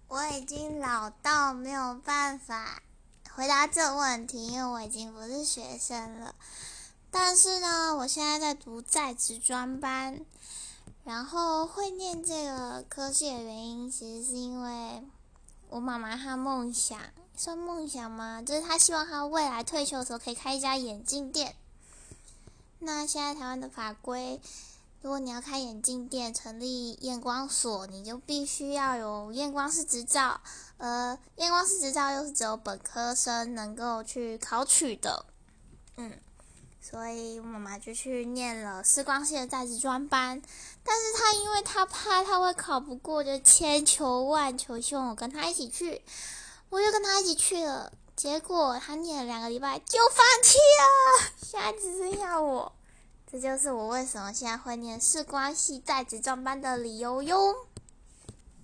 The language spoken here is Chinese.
我已经老到没有办法回答这个问题，因为我已经不是学生了。但是呢，我现在在读在职专班，然后会念这个科系的原因，其实是因为我妈妈她梦想，算梦想吗？就是她希望她未来退休的时候可以开一家眼镜店。那现在台湾的法规，如果你要开眼镜店，成立验光所，你就必须要有验光师执照。验光师执照又是只有本科生能够去考取的。所以我妈妈就去念了视光系的在职专班，但是她因为她怕她会考不过，就千求万求希望我跟她一起去，我就跟她一起去了。结果她念了2个礼拜就放弃了，现在只剩下我。这就是我为什么现在会念视光系在职专班的理由哟。